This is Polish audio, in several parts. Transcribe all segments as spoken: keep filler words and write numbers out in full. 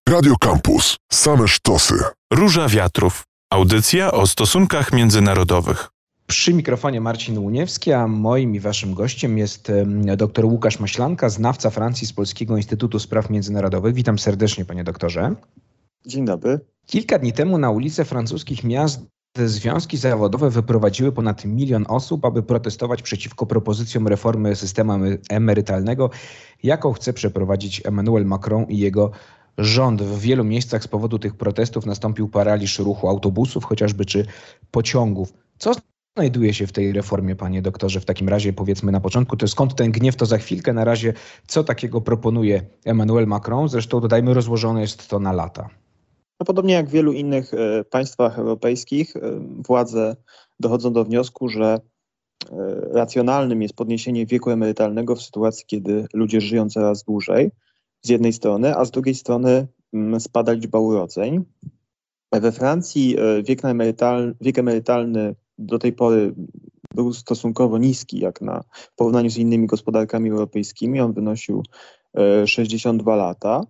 Radio Campus. Same sztosy. Róża wiatrów. Audycja o stosunkach międzynarodowych. Przy mikrofonie Marcin Łuniewski, a moim i waszym gościem jest dr Łukasz Maślanka, znawca Francji z Polskiego Instytutu Spraw Międzynarodowych. Witam serdecznie, panie doktorze. Dzień dobry. Kilka dni temu na ulice francuskich miast związki zawodowe wyprowadziły ponad milion osób, aby protestować przeciwko propozycjom reformy systemu emerytalnego, jaką chce przeprowadzić Emmanuel Macron i jego rząd. W wielu miejscach z powodu tych protestów nastąpił paraliż ruchu autobusów chociażby czy pociągów. Co znajduje się w tej reformie, panie doktorze? W takim razie powiedzmy na początku, to skąd ten gniew, to za chwilkę. Na razie co takiego proponuje Emmanuel Macron? Zresztą dodajmy, rozłożone jest to na lata. No, podobnie jak w wielu innych e, państwach europejskich, e, władze dochodzą do wniosku, że e, racjonalnym jest podniesienie wieku emerytalnego w sytuacji, kiedy ludzie żyją coraz dłużej, z jednej strony, a z drugiej strony m, spada liczba urodzeń. We Francji e, wiek, na emerytal, wiek emerytalny do tej pory był stosunkowo niski, jak na w porównaniu z innymi gospodarkami europejskimi. On wynosił e, sześćdziesiąt dwa lata.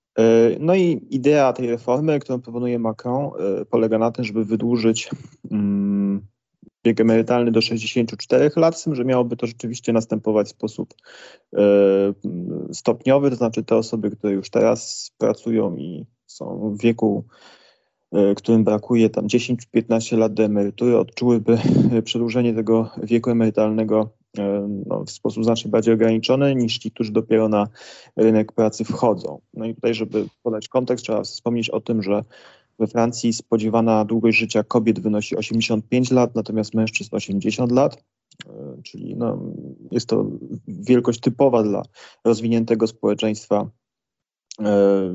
No i idea tej reformy, którą proponuje Macron, polega na tym, żeby wydłużyć um, wiek emerytalny do sześćdziesięciu czterech lat, z tym, że miałoby to rzeczywiście następować w sposób e, stopniowy, to znaczy te osoby, które już teraz pracują i są w wieku, e, którym brakuje tam dziesięć czy piętnaście lat do emerytury, odczułyby przedłużenie tego wieku emerytalnego No, w sposób znacznie bardziej ograniczony niż ci, którzy dopiero na rynek pracy wchodzą. No i tutaj, żeby podać kontekst, trzeba wspomnieć o tym, że we Francji spodziewana długość życia kobiet wynosi osiemdziesiąt pięć lat, natomiast mężczyzn osiemdziesiąt lat, czyli no, jest to wielkość typowa dla rozwiniętego społeczeństwa e,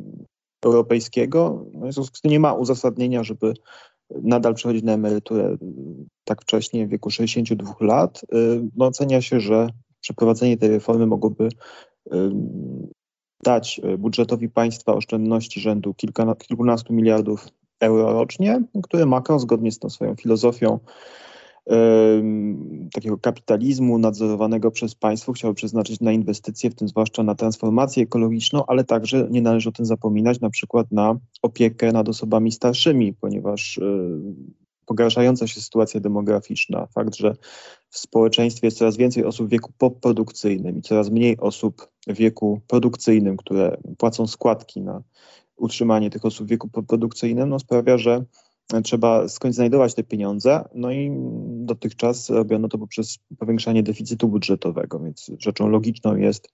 europejskiego. No, w związku z tym nie ma uzasadnienia, żeby nadal przechodzić na emeryturę tak wcześnie, w wieku sześćdziesięciu dwóch lat. No, ocenia się, że przeprowadzenie tej reformy mogłoby dać budżetowi państwa oszczędności rzędu kilka, kilkunastu miliardów euro rocznie, które Macron zgodnie z tą swoją filozofią takiego kapitalizmu nadzorowanego przez państwo chciał przeznaczyć na inwestycje, w tym zwłaszcza na transformację ekologiczną, ale także nie należy o tym zapominać, na przykład na opiekę nad osobami starszymi, ponieważ pogarszająca się sytuacja demograficzna, fakt, że w społeczeństwie jest coraz więcej osób w wieku poprodukcyjnym i coraz mniej osób w wieku produkcyjnym, które płacą składki na utrzymanie tych osób w wieku poprodukcyjnym, no sprawia, że trzeba skądś znajdować te pieniądze, no i dotychczas robiono to poprzez powiększanie deficytu budżetowego, więc rzeczą logiczną jest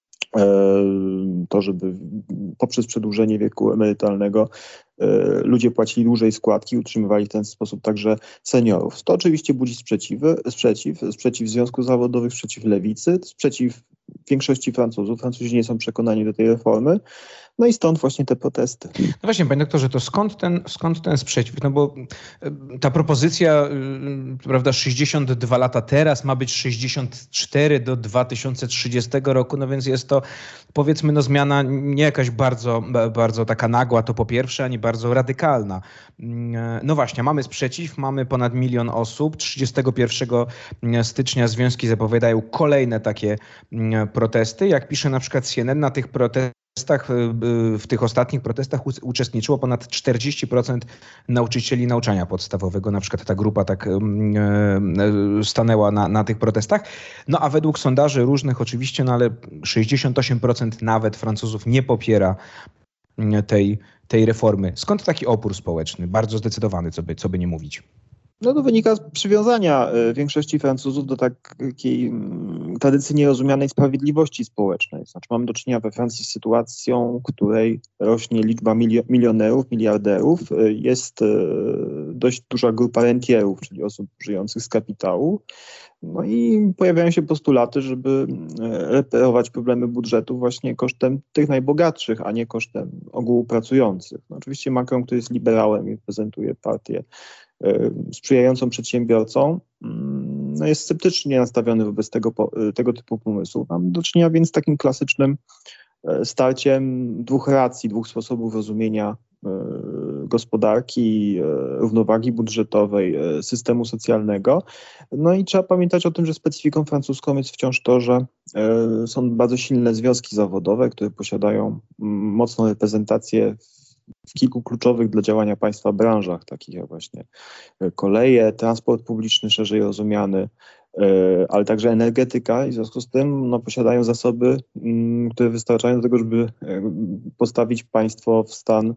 to, żeby poprzez przedłużenie wieku emerytalnego ludzie płacili dłużej składki, utrzymywali w ten sposób także seniorów. To oczywiście budzi sprzeciwy, sprzeciw, sprzeciw związków zawodowych, sprzeciw lewicy, sprzeciw większości Francuzów. Francuzi nie są przekonani do tej reformy. No i stąd właśnie te protesty. No właśnie, panie doktorze, to skąd ten, skąd ten sprzeciw? No bo ta propozycja, prawda, sześćdziesiąt dwa lata teraz, ma być sześćdziesiąt cztery do dwa tysiące trzydziestego roku, no więc jest to, powiedzmy, no zmiana nie jakaś bardzo, bardzo taka nagła, to po pierwsze, ani bardzo radykalna. No właśnie, mamy sprzeciw, mamy ponad milion osób. trzydziestego pierwszego stycznia związki zapowiadają kolejne takie protesty. Jak pisze na przykład C N N, na tych protestach w tych ostatnich protestach uczestniczyło ponad czterdzieści procent nauczycieli nauczania podstawowego. Na przykład ta grupa tak stanęła na, na tych protestach. No a według sondaży różnych oczywiście, no ale sześćdziesiąt osiem procent nawet Francuzów nie popiera tej, tej reformy. Skąd taki opór społeczny? Bardzo zdecydowany, co by, co by nie mówić. No to wynika z przywiązania większości Francuzów do takiej tradycyjnie rozumianej sprawiedliwości społecznej. Znaczy mamy do czynienia we Francji z sytuacją, w której rośnie liczba milionerów, miliarderów. Jest dość duża grupa rentierów, czyli osób żyjących z kapitału. No i pojawiają się postulaty, żeby reperować problemy budżetu właśnie kosztem tych najbogatszych, a nie kosztem ogółu pracujących. No oczywiście Macron, który jest liberałem i prezentuje partię sprzyjającą przedsiębiorcom, no jest sceptycznie nastawiony wobec tego, tego typu pomysłów. Mamy do czynienia więc z takim klasycznym starciem dwóch racji, dwóch sposobów rozumienia gospodarki, równowagi budżetowej, systemu socjalnego. No i trzeba pamiętać o tym, że specyfiką francuską jest wciąż to, że są bardzo silne związki zawodowe, które posiadają mocną reprezentację w kilku kluczowych dla działania państwa branżach, takich jak właśnie koleje, transport publiczny szerzej rozumiany, ale także energetyka i w związku z tym no, posiadają zasoby, które wystarczają do tego, żeby postawić państwo w stan,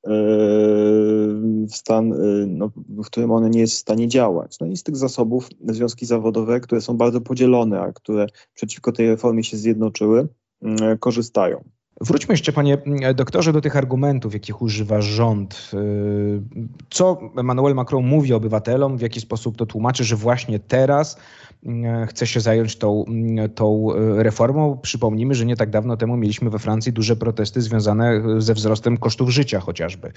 w stan, no, w którym ono nie jest w stanie działać. No i z tych zasobów związki zawodowe, które są bardzo podzielone, a które przeciwko tej reformie się zjednoczyły, korzystają. Wróćmy jeszcze, panie doktorze, do tych argumentów, jakich używa rząd. Co Emmanuel Macron mówi obywatelom, w jaki sposób to tłumaczy, że właśnie teraz chce się zająć tą, tą reformą. Przypomnijmy, że nie tak dawno temu mieliśmy we Francji duże protesty związane ze wzrostem kosztów życia chociażby.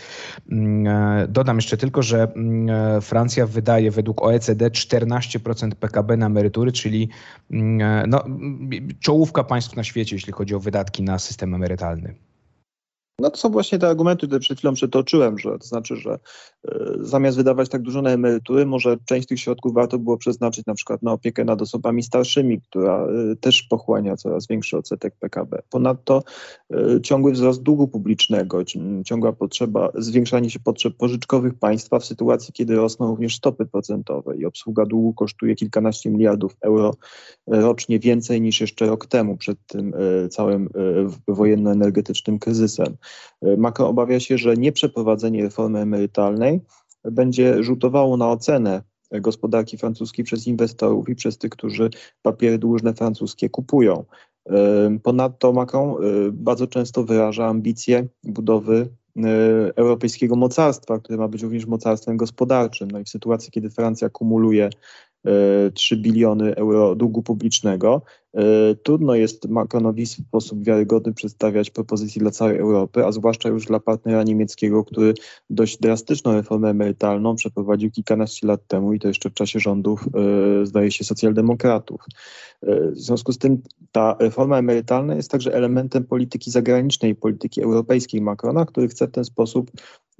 Dodam jeszcze tylko, że Francja wydaje według O E C D czternaście procent P K B na emerytury, czyli no, czołówka państw na świecie, jeśli chodzi o wydatki na system emerytalny. No to są właśnie te argumenty, które przed chwilą przytoczyłem, że to znaczy, że y, zamiast wydawać tak dużo na emerytury, może część tych środków warto było przeznaczyć na przykład na opiekę nad osobami starszymi, która y, też pochłania coraz większy odsetek P K B. Ponadto y, ciągły wzrost długu publicznego, ciągła potrzeba, zwiększanie się potrzeb pożyczkowych państwa w sytuacji, kiedy rosną również stopy procentowe i obsługa długu kosztuje kilkanaście miliardów euro rocznie więcej niż jeszcze rok temu przed tym y, całym y, wojenno-energetycznym kryzysem. Macron obawia się, że nieprzeprowadzenie reformy emerytalnej będzie rzutowało na ocenę gospodarki francuskiej przez inwestorów i przez tych, którzy papiery dłużne francuskie kupują. Ponadto Macron bardzo często wyraża ambicje budowy europejskiego mocarstwa, które ma być również mocarstwem gospodarczym. No i w sytuacji, kiedy Francja kumuluje trzy biliony euro długu publicznego, trudno jest Macronowi w sposób wiarygodny przedstawiać propozycje dla całej Europy, a zwłaszcza już dla partnera niemieckiego, który dość drastyczną reformę emerytalną przeprowadził kilkanaście lat temu i to jeszcze w czasie rządów, zdaje się, socjaldemokratów. W związku z tym ta reforma emerytalna jest także elementem polityki zagranicznej, polityki europejskiej Macrona, który chce w ten sposób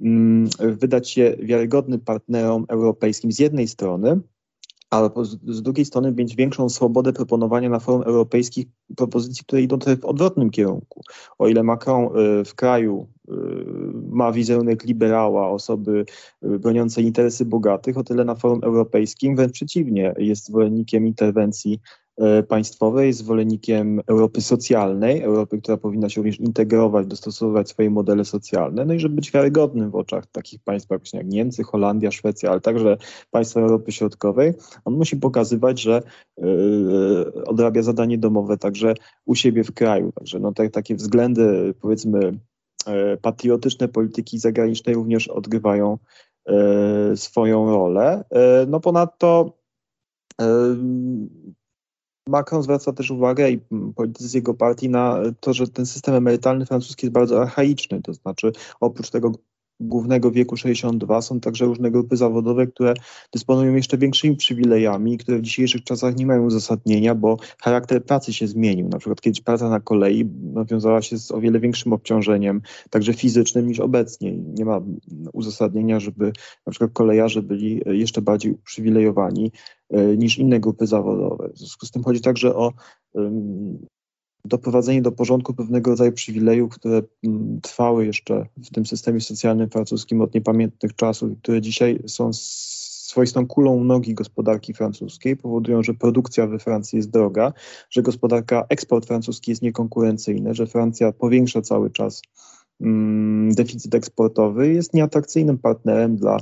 wydać się wiarygodnym partnerom europejskim z jednej strony, ale z drugiej strony mieć większą swobodę proponowania na forum europejskich propozycji, które idą trochę w odwrotnym kierunku. O ile Macron w kraju ma wizerunek liberała, osoby broniącej interesy bogatych, o tyle na forum europejskim wręcz przeciwnie, jest zwolennikiem interwencji państwowej, jest zwolennikiem Europy socjalnej, Europy, która powinna się również integrować, dostosowywać swoje modele socjalne, no i żeby być wiarygodnym w oczach takich państw jak Niemcy, Holandia, Szwecja, ale także państwa Europy Środkowej, on musi pokazywać, że yy, odrabia zadanie domowe także u siebie w kraju. Także no, te, takie względy, powiedzmy, yy, patriotyczne polityki zagranicznej również odgrywają yy, swoją rolę. Yy, no ponadto yy, Macron zwraca też uwagę i politycy z jego partii na to, że ten system emerytalny francuski jest bardzo archaiczny, to znaczy oprócz tego głównego wieku sześćdziesiąt dwa są także różne grupy zawodowe, które dysponują jeszcze większymi przywilejami, które w dzisiejszych czasach nie mają uzasadnienia, bo charakter pracy się zmienił. Na przykład kiedyś praca na kolei no, wiązała się z o wiele większym obciążeniem, także fizycznym niż obecnie. Nie ma uzasadnienia, żeby na przykład kolejarze byli jeszcze bardziej uprzywilejowani y, niż inne grupy zawodowe. W związku z tym chodzi także o y, doprowadzenie do porządku pewnego rodzaju przywilejów, które m, trwały jeszcze w tym systemie socjalnym francuskim od niepamiętnych czasów, które dzisiaj są swoistą kulą u nogi gospodarki francuskiej, powodują, że produkcja we Francji jest droga, że gospodarka, eksport francuski jest niekonkurencyjny, że Francja powiększa cały czas m, deficyt eksportowy, jest nieatrakcyjnym partnerem dla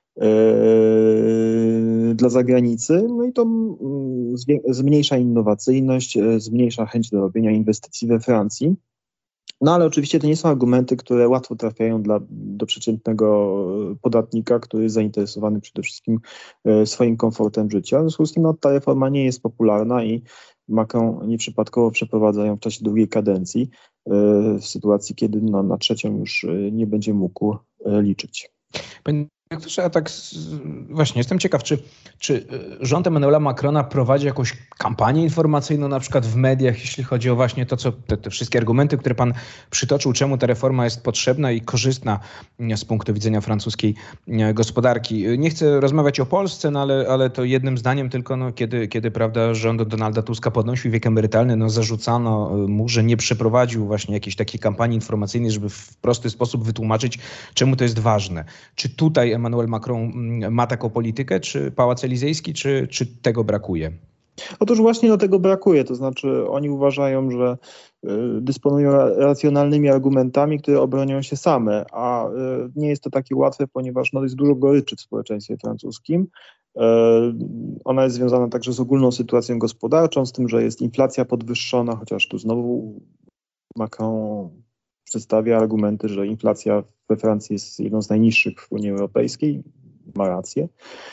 dla zagranicy, no i to zmniejsza innowacyjność, zmniejsza chęć do robienia inwestycji we Francji. No ale oczywiście to nie są argumenty, które łatwo trafiają dla, do przeciętnego podatnika, który jest zainteresowany przede wszystkim swoim komfortem życia. W związku z tym no, ta reforma nie jest popularna i Macron nieprzypadkowo przeprowadza ją w czasie drugiej kadencji, w sytuacji, kiedy no, na trzecią już nie będzie mógł liczyć. Panie Ja tak właśnie jestem ciekaw, czy, czy rząd Emmanuela Macrona prowadzi jakąś kampanię informacyjną na przykład w mediach, jeśli chodzi o właśnie to, co te, te wszystkie argumenty, które pan przytoczył, czemu ta reforma jest potrzebna i korzystna z punktu widzenia francuskiej gospodarki. Nie chcę rozmawiać o Polsce, no ale, ale to jednym zdaniem tylko, no, kiedy, kiedy prawda, rząd Donalda Tuska podnosił wiek emerytalny, no, zarzucano mu, że nie przeprowadził właśnie jakiejś takiej kampanii informacyjnej, żeby w prosty sposób wytłumaczyć, czemu to jest ważne. Czy tutaj Emmanuel Macron ma taką politykę, czy Pałac Elizejski, czy, czy tego brakuje? Otóż właśnie do tego brakuje, to znaczy oni uważają, że y, dysponują racjonalnymi argumentami, które obronią się same, a y, nie jest to takie łatwe, ponieważ no, jest dużo goryczy w społeczeństwie francuskim. Y, ona jest związana także z ogólną sytuacją gospodarczą, z tym, że jest inflacja podwyższona, chociaż tu znowu Macron przedstawia argumenty, że inflacja we Francji jest jedną z najniższych w Unii Europejskiej, ma rację.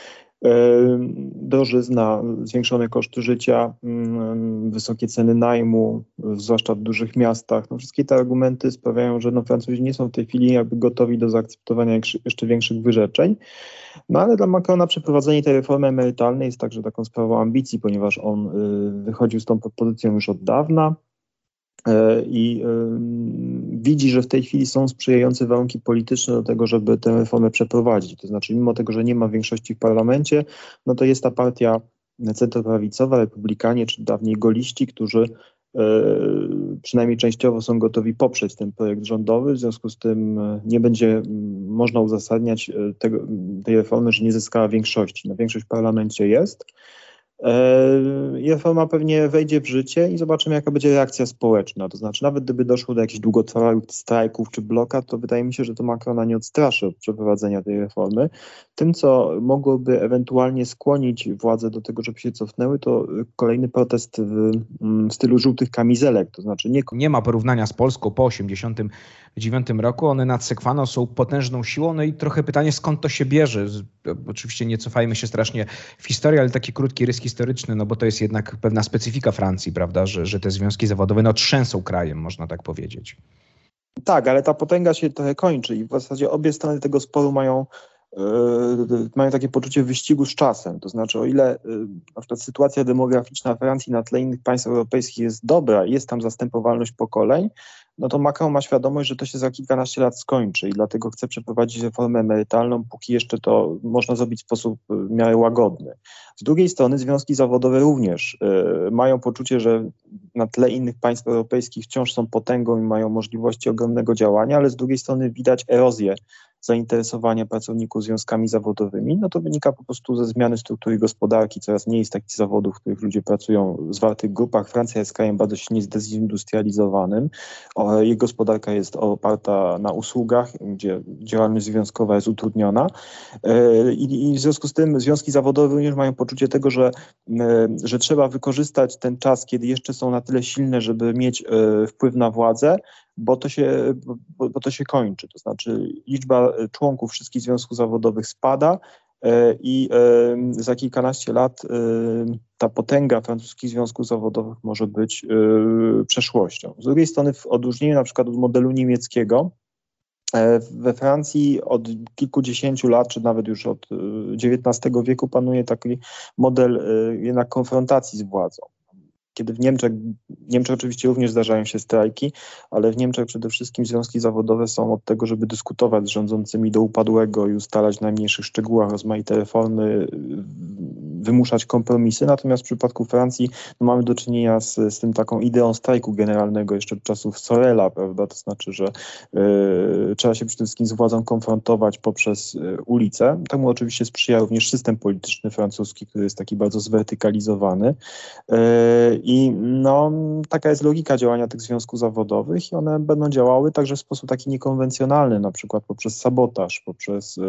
Drożyzna, zwiększone koszty życia, wysokie ceny najmu, zwłaszcza w dużych miastach. No, wszystkie te argumenty sprawiają, że no, Francuzi nie są w tej chwili jakby gotowi do zaakceptowania jeszcze większych wyrzeczeń. No ale dla Macrona przeprowadzenie tej reformy emerytalnej jest także taką sprawą ambicji, ponieważ on wychodził z tą propozycją już od dawna i widzi, że w tej chwili są sprzyjające warunki polityczne do tego, żeby tę reformę przeprowadzić. To znaczy, mimo tego, że nie ma większości w parlamencie, no to jest ta partia centroprawicowa, republikanie czy dawniej goliści, którzy przynajmniej częściowo są gotowi poprzeć ten projekt rządowy, w związku z tym nie będzie można uzasadniać tego, tej reformy, że nie zyskała większości. No, większość w parlamencie jest. I reforma pewnie wejdzie w życie i zobaczymy, jaka będzie reakcja społeczna. To znaczy, nawet gdyby doszło do jakichś długotrwałych strajków czy blokad, to wydaje mi się, że to Macrona nie odstraszy od przeprowadzenia tej reformy. Tym, co mogłoby ewentualnie skłonić władze do tego, żeby się cofnęły, to kolejny protest w, w stylu żółtych kamizelek. To znaczy nie... nie ma porównania z Polską po osiemdziesiątym dziewiątym roku. One nad Sekwaną są potężną siłą. No i trochę pytanie, skąd to się bierze. Oczywiście nie cofajmy się strasznie w historię, ale taki krótki rys historyczny, no bo to jest jednak pewna specyfika Francji, prawda, że, że te związki zawodowe no, trzęsą krajem, można tak powiedzieć. Tak, ale ta potęga się trochę kończy i w zasadzie obie strony tego sporu mają Yy, mają takie poczucie wyścigu z czasem. To znaczy, o ile yy, na przykład sytuacja demograficzna Francji na tle innych państw europejskich jest dobra i jest tam zastępowalność pokoleń, no to Macron ma świadomość, że to się za kilkanaście lat skończy i dlatego chce przeprowadzić reformę emerytalną, póki jeszcze to można zrobić w sposób w miarę łagodny. Z drugiej strony związki zawodowe również yy, mają poczucie, że na tle innych państw europejskich wciąż są potęgą i mają możliwości ogromnego działania, ale z drugiej strony widać erozję zainteresowania pracowników związkami zawodowymi, no to wynika po prostu ze zmiany struktury gospodarki. Coraz mniej jest takich zawodów, w których ludzie pracują w zwartych grupach. Francja jest krajem bardzo silnie zdezindustrializowanym. Jej gospodarka jest oparta na usługach, gdzie działalność związkowa jest utrudniona. I, i w związku z tym związki zawodowe również mają poczucie tego, że, że trzeba wykorzystać ten czas, kiedy jeszcze są na tyle silne, żeby mieć wpływ na władzę, bo to się, bo, bo to się kończy. To znaczy liczba członków wszystkich związków zawodowych spada i za kilkanaście lat ta potęga francuskich związków zawodowych może być przeszłością. Z drugiej strony w odróżnieniu na przykład od modelu niemieckiego, we Francji od kilkudziesięciu lat, czy nawet już od dziewiętnastego wieku panuje taki model jednak konfrontacji z władzą. Kiedy w Niemczech, w Niemczech oczywiście również zdarzają się strajki, ale w Niemczech przede wszystkim związki zawodowe są od tego, żeby dyskutować z rządzącymi do upadłego i ustalać w najmniejszych szczegółach rozmaite reformy, wymuszać kompromisy. Natomiast w przypadku Francji no, mamy do czynienia z, z tym taką ideą strajku generalnego jeszcze od czasów Sorela, prawda? To znaczy, że y, trzeba się przede wszystkim z władzą konfrontować poprzez y, ulicę. Temu oczywiście sprzyja również system polityczny francuski, który jest taki bardzo zwertykalizowany. Y, I no, taka jest logika działania tych związków zawodowych i one będą działały także w sposób taki niekonwencjonalny, na przykład poprzez sabotaż, poprzez y,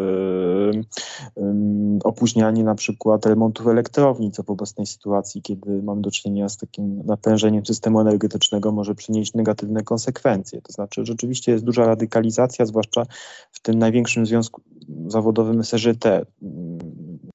y, opóźnianie na przykład remontów elektrowni, co w obecnej sytuacji, kiedy mamy do czynienia z takim natężeniem systemu energetycznego, może przynieść negatywne konsekwencje. To znaczy rzeczywiście jest duża radykalizacja, zwłaszcza w tym największym związku zawodowym S G T, czyli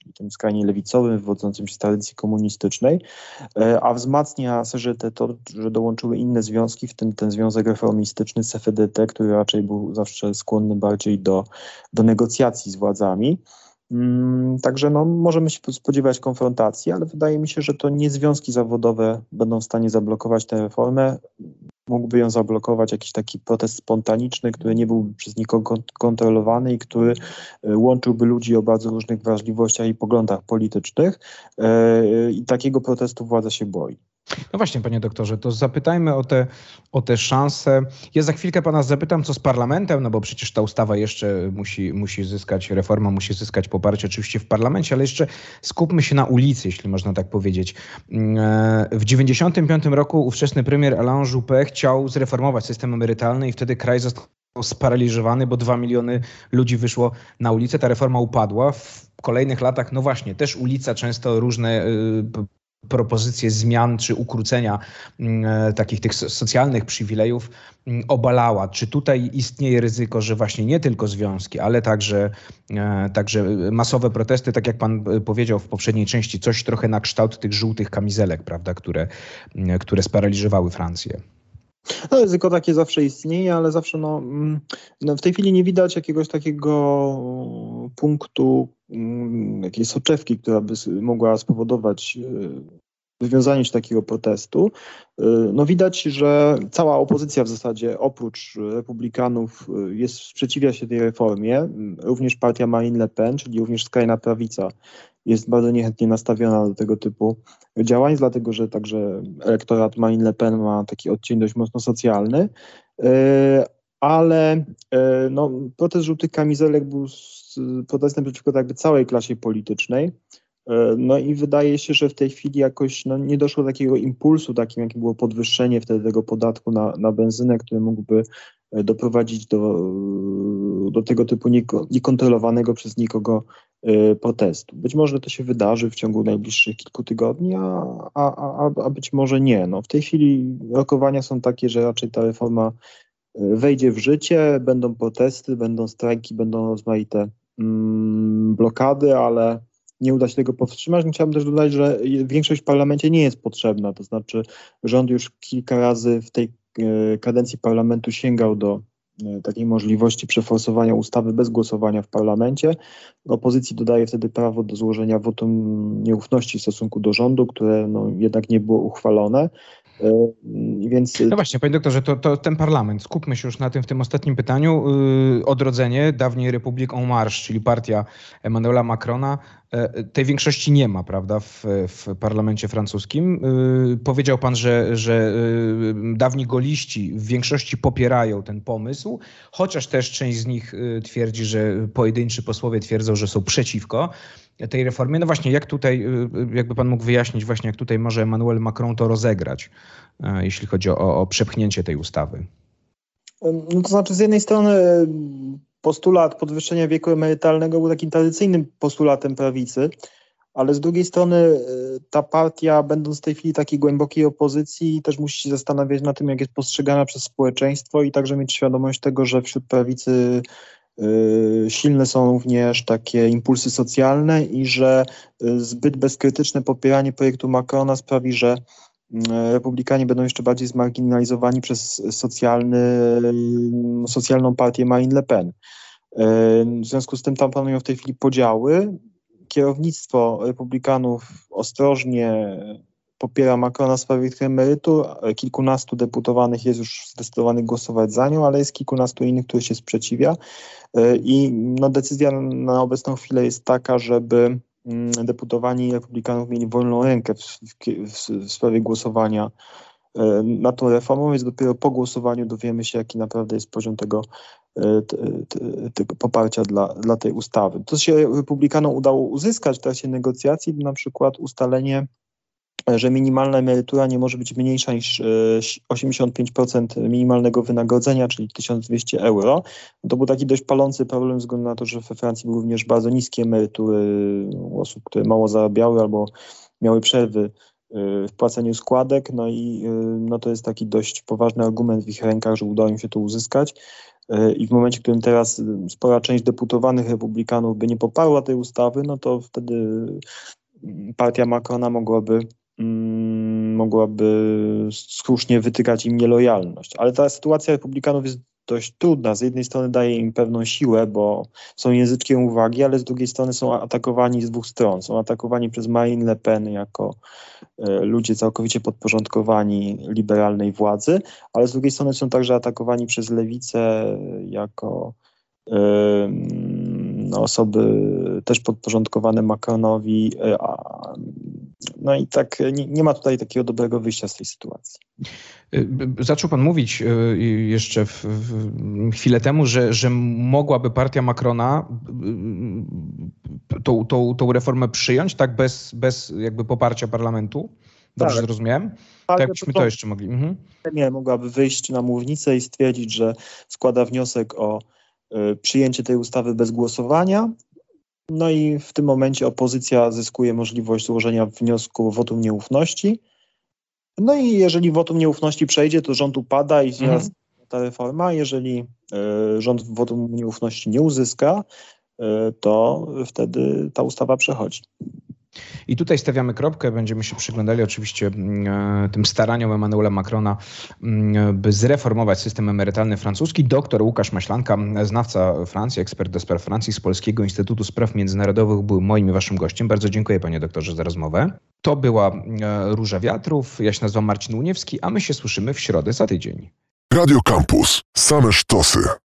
czyli tym skrajnie lewicowym, wywodzącym się z tradycji komunistycznej, a wzmacnia S R Ż to, że dołączyły inne związki, w tym ten związek reformistyczny C F D T, który raczej był zawsze skłonny bardziej do, do negocjacji z władzami. Także no, możemy się spodziewać konfrontacji, ale wydaje mi się, że to nie związki zawodowe będą w stanie zablokować tę reformę. Mógłby ją zablokować jakiś taki protest spontaniczny, który nie byłby przez nikogo kontrolowany i który łączyłby ludzi o bardzo różnych wrażliwościach i poglądach politycznych. I takiego protestu władza się boi. No właśnie, panie doktorze, to zapytajmy o te, o te szanse. Ja za chwilkę pana zapytam, co z parlamentem, no bo przecież ta ustawa jeszcze musi, musi zyskać, reforma musi zyskać poparcie oczywiście w parlamencie, ale jeszcze skupmy się na ulicy, jeśli można tak powiedzieć. W dziewięćdziesiątym piątym roku ówczesny premier Alain Juppé chciał zreformować system emerytalny i wtedy kraj został sparaliżowany, bo dwa miliony ludzi wyszło na ulicę. Ta reforma upadła. W kolejnych latach, no właśnie, też ulica często różne propozycje zmian czy ukrócenia e, takich tych socjalnych przywilejów m, obalała. Czy tutaj istnieje ryzyko, że właśnie nie tylko związki, ale także, e, także masowe protesty, tak jak pan powiedział w poprzedniej części, coś trochę na kształt tych żółtych kamizelek, prawda, które, m, które sparaliżowały Francję? No, ryzyko takie zawsze istnieje, ale zawsze no, no, w tej chwili nie widać jakiegoś takiego punktu, jakiejś soczewki, która by mogła spowodować wywiązanie się takiego protestu. No widać, że cała opozycja w zasadzie oprócz republikanów jest, sprzeciwia się tej reformie. Również partia Marine Le Pen, czyli również skrajna prawica, jest bardzo niechętnie nastawiona do tego typu działań, dlatego że także elektorat Marine Le Pen ma taki odcień dość mocno socjalny, ale no, protest żółtych kamizelek był protestem przeciwko jakby całej klasie politycznej. No i wydaje się, że w tej chwili jakoś no, nie doszło do takiego impulsu, takim jakim było podwyższenie wtedy tego podatku na, na benzynę, który mógłby doprowadzić do, do tego typu niekontrolowanego przez nikogo protestu. Być może to się wydarzy w ciągu najbliższych kilku tygodni, a, a, a, a być może nie. No, w tej chwili rokowania są takie, że raczej ta reforma wejdzie w życie, będą protesty, będą strajki, będą rozmaite mm, blokady, ale nie uda się tego powstrzymać. Chciałbym też dodać, że większość w parlamencie nie jest potrzebna, to znaczy rząd już kilka razy w tej kadencji parlamentu sięgał do takiej możliwości przeforsowania ustawy bez głosowania w parlamencie. Opozycji dodaje wtedy prawo do złożenia wotum nieufności w stosunku do rządu, które no, jednak nie było uchwalone. Więc... No właśnie, panie doktorze, to, to ten parlament, skupmy się już na tym w tym ostatnim pytaniu. Yy, odrodzenie, dawniej République en Marche, czyli partia Emmanuela Macrona, yy, tej większości nie ma, prawda, w, w parlamencie francuskim. Yy, powiedział pan, że, że yy, dawni goliści w większości popierają ten pomysł, chociaż też część z nich yy, twierdzi, że pojedynczy posłowie twierdzą, że są przeciwko tej reformie. No właśnie, jak tutaj, jakby pan mógł wyjaśnić właśnie, jak tutaj może Emmanuel Macron to rozegrać, jeśli chodzi o, o przepchnięcie tej ustawy? No to znaczy z jednej strony postulat podwyższenia wieku emerytalnego był takim tradycyjnym postulatem prawicy, ale z drugiej strony ta partia, będąc w tej chwili takiej głębokiej opozycji, też musi się zastanawiać nad tym, jak jest postrzegana przez społeczeństwo i także mieć świadomość tego, że wśród prawicy silne są również takie impulsy socjalne i że zbyt bezkrytyczne popieranie projektu Macrona sprawi, że republikanie będą jeszcze bardziej zmarginalizowani przez socjalny, socjalną partię Marine Le Pen. W związku z tym tam panują w tej chwili podziały. Kierownictwo republikanów ostrożnie popiera Macrona w sprawie tych emerytur. Kilkunastu deputowanych jest już zdecydowanych głosować za nią, ale jest kilkunastu innych, których się sprzeciwia. I no, decyzja na obecną chwilę jest taka, żeby deputowani republikanów mieli wolną rękę w, w, w sprawie głosowania nad tą reformą, więc dopiero po głosowaniu dowiemy się, jaki naprawdę jest poziom tego, te, te, tego poparcia dla, dla tej ustawy. To się republikanom udało uzyskać w trakcie negocjacji, na przykład ustalenie, że minimalna emerytura nie może być mniejsza niż osiemdziesiąt pięć procent minimalnego wynagrodzenia, czyli tysiąc dwieście euro. To był taki dość palący problem ze względu na to, że we Francji były również bardzo niskie emerytury osób, które mało zarabiały albo miały przerwy w płaceniu składek. No i no to jest taki dość poważny argument w ich rękach, że udało im się to uzyskać. i w momencie, w którym teraz spora część deputowanych republikanów by nie poparła tej ustawy, no to wtedy partia Macrona mogłaby, mm, mogłaby słusznie wytykać im nielojalność. Ale ta sytuacja republikanów jest dość trudna. Z jednej strony daje im pewną siłę, bo są języczkiem uwagi, ale z drugiej strony są atakowani z dwóch stron. Są atakowani przez Marine Le Pen jako e, ludzie całkowicie podporządkowani liberalnej władzy, ale z drugiej strony są także atakowani przez lewicę jako e, no, osoby też podporządkowane Macronowi. E, a, no i tak nie, nie ma tutaj takiego dobrego wyjścia z tej sytuacji. Zaczął pan mówić jeszcze w, w chwilę temu, że, że mogłaby partia Macrona tą, tą, tą reformę przyjąć, tak bez, bez jakby poparcia parlamentu? Dobrze tak. zrozumiałem? Tak, jakbyśmy to jeszcze mogli. Mhm. Nie, mogłaby wyjść na mównicę i stwierdzić, że składa wniosek o y, przyjęcie tej ustawy bez głosowania. No i w tym momencie opozycja zyskuje możliwość złożenia wniosku o wotum nieufności. No i jeżeli wotum nieufności przejdzie, to rząd upada i mhm. ta reforma. Jeżeli y, rząd wotum nieufności nie uzyska, y, to wtedy ta ustawa przechodzi. I tutaj stawiamy kropkę, będziemy się przyglądali oczywiście e, tym staraniom Emmanuela Macrona, m, by zreformować system emerytalny francuski. Doktor Łukasz Maślanka, znawca Francji, ekspert do spraw Francji z Polskiego Instytutu Spraw Międzynarodowych, był moim i waszym gościem. Bardzo dziękuję, panie doktorze, za rozmowę. To była e, Róża Wiatrów, ja się nazywam Marcin Uniewski, a my się słyszymy w środę za tydzień. Radio Campus. Same sztosy.